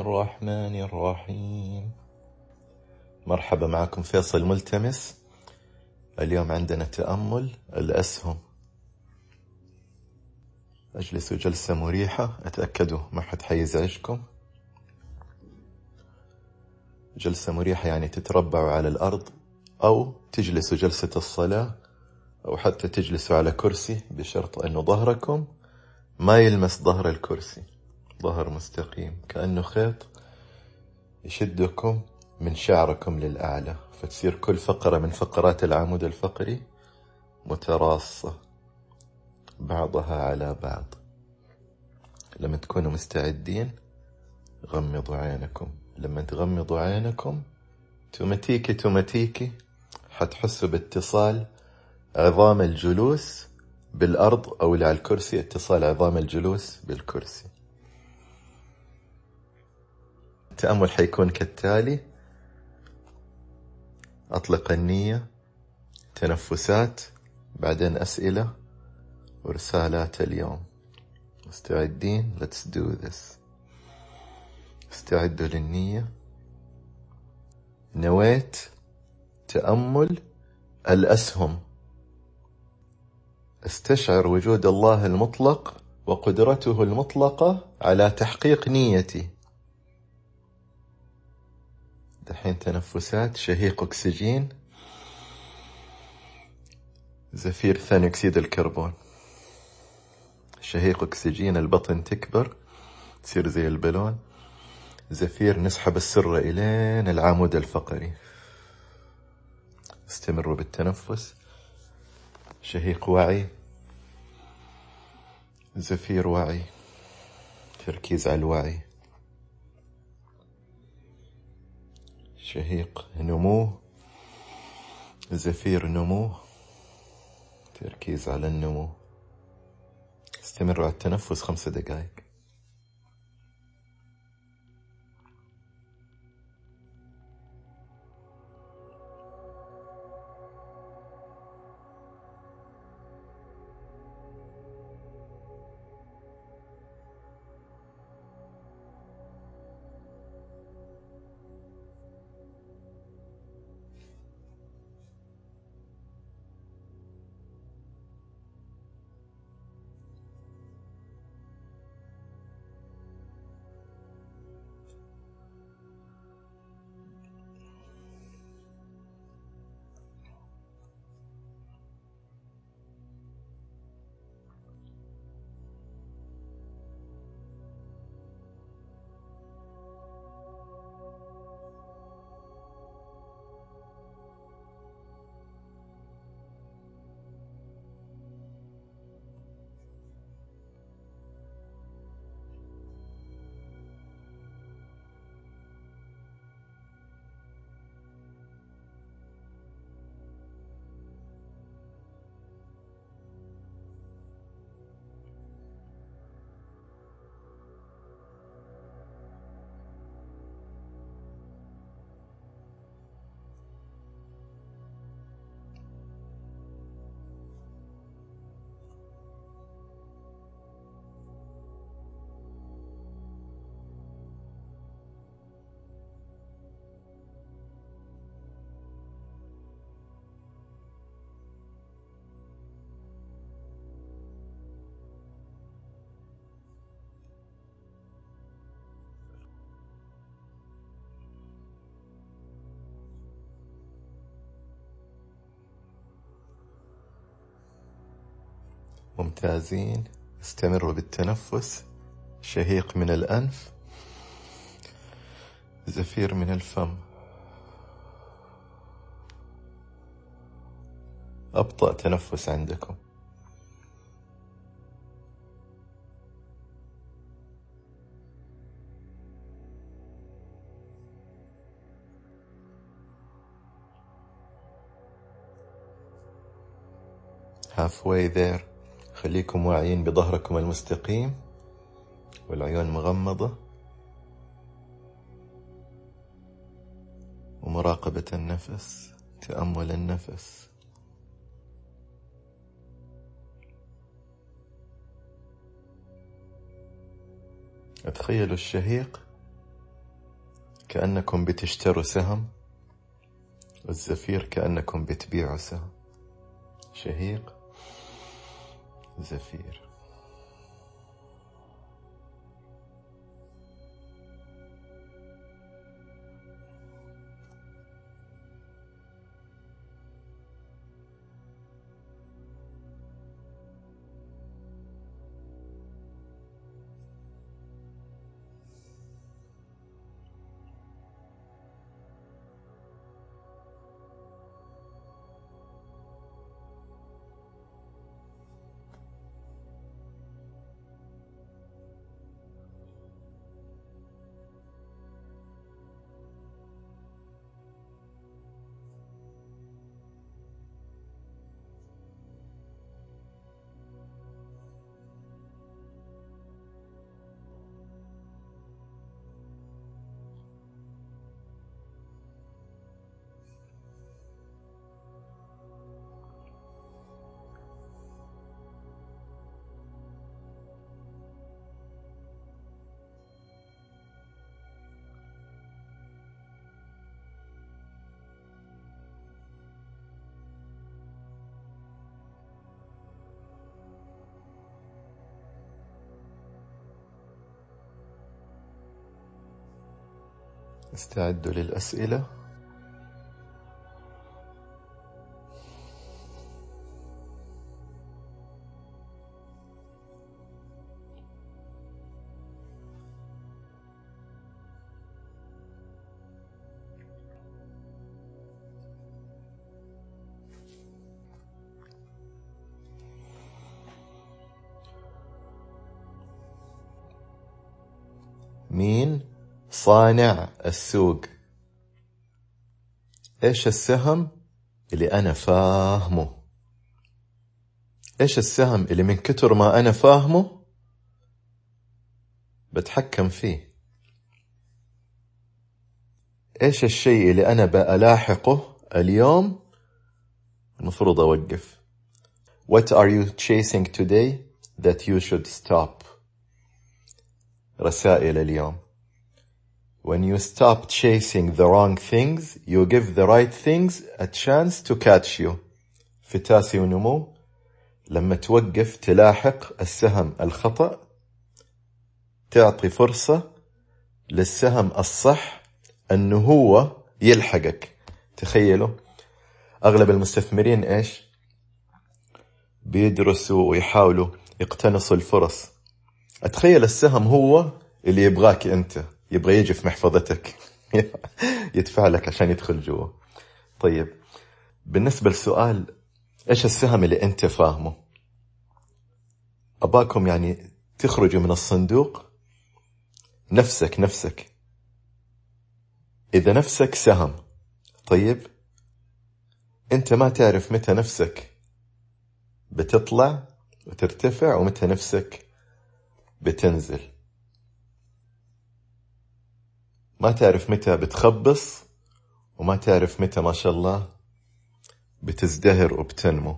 الرحمن الرحيم. مرحبا، معكم فيصل ملتمس. اليوم عندنا تأمل الأسهم. اجلسوا جلسة مريحة، اتأكدوا ما حد حيزعجكم. جلسة مريحة يعني تتربعوا على الأرض أو تجلسوا جلسة الصلاة، أو حتى تجلسوا على كرسي، بشرط أنه ظهركم ما يلمس ظهر الكرسي، ظهر مستقيم كأنه خيط يشدكم من شعركم للأعلى، فتصير كل فقرة من فقرات العمود الفقري متراصة بعضها على بعض. لما تكونوا مستعدين غمضوا عينكم. لما تغمضوا عينكم توماتيكي حتحسوا باتصال عظام الجلوس بالأرض، أو اللي على الكرسي اتصال عظام الجلوس بالكرسي. التأمل حيكون كالتالي: أطلق النية، تنفسات، بعدين أسئلة ورسالات اليوم. مستعدين؟ Let's do this. استعدوا للنية. نويت تأمل الأسهم. استشعر وجود الله المطلق وقدرته المطلقة على تحقيق نيتي. دحين تنفسات: شهيق أكسجين، زفير ثاني أكسيد الكربون. شهيق أكسجين البطن تكبر تصير زي البالون، زفير نسحب السرة إلين العمود الفقري. استمروا بالتنفس. شهيق وعي، زفير وعي، تركيز على الوعي. شهيق نمو، زفير نمو، تركيز على النمو. استمروا على التنفس 5 دقائق. ممتازين. استمروا بالتنفس. شهيق من الأنف، زفير من الفم. أبطأ تنفس عندكم. halfway there. خليكم واعيين بظهركم المستقيم والعيون مغمضة، ومراقبة النفس، تأمل النفس. اتخيلوا الشهيق كأنكم بتشتروا سهم، والزفير كأنكم بتبيعوا سهم. شهيق، زفير. استعدوا للأسئلة. مين صانع السوق؟ ايش السهم اللي انا فاهمه؟ ايش السهم اللي من كتر ما انا فاهمه بتحكم فيه؟ ايش الشيء اللي انا بألاحقه اليوم المفروض اوقف؟ What are you chasing today that you should stop? رسائل اليوم. When you stop chasing the wrong things, you give the right things a chance to catch you. في تاسي ونمو، لما توقف تلاحق السهم الخطأ تعطي فرصة للسهم الصح أنه هو يلحقك. تخيلوا أغلب المستثمرين إيش بيدرسوا ويحاولوا يقتنصوا الفرص. أتخيل السهم هو اللي يبغاك أنت، يبغى يجي في محفظتك يدفع لك عشان يدخل جوا. طيب بالنسبة للسؤال إيش السهم اللي أنت فاهمه، أباكم يعني تخرجوا من الصندوق. نفسك إذا نفسك سهم، طيب أنت ما تعرف متى نفسك بتطلع وترتفع ومتى نفسك بتنزل، ما تعرف متى بتخبص وما تعرف متى ما شاء الله بتزدهر وبتنمو.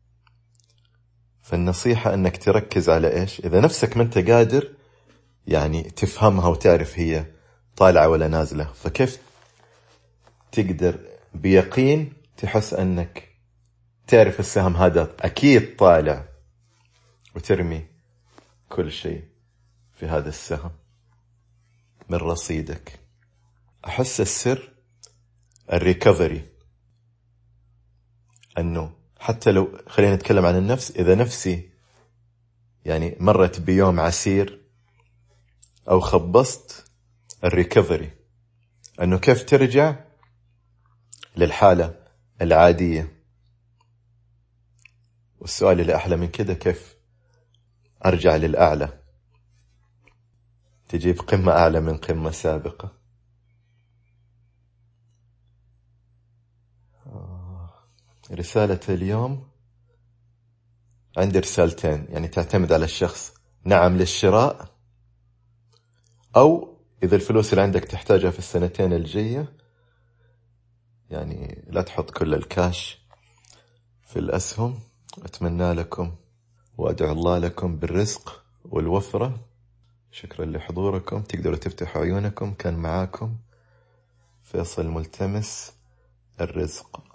فالنصيحة أنك تركز على إيش؟ إذا نفسك ما أنت قادر يعني تفهمها وتعرف هي طالعة ولا نازلة، فكيف تقدر بيقين تحس أنك تعرف السهم هذا أكيد طالع وترمي كل شيء في هذا السهم من رصيدك. أحس السر الريكفري، أنه حتى لو خلينا نتكلم عن النفس، إذا نفسي يعني مرت بيوم عسير أو خبصت، الريكفري أنه كيف ترجع للحالة العادية. والسؤال اللي أحلى من كده كيف أرجع للأعلى، تجيب قمة أعلى من قمة سابقة. رسالة اليوم عندي رسالتين، يعني تعتمد على الشخص. نعم للشراء، أو إذا الفلوس اللي عندك تحتاجها في السنتين الجاية، يعني لا تحط كل الكاش في الأسهم. أتمنى لكم وأدعو الله لكم بالرزق والوفرة. شكرا لحضوركم، تقدروا تفتحوا عيونكم. كان معاكم فيصل ملتمس الرزق.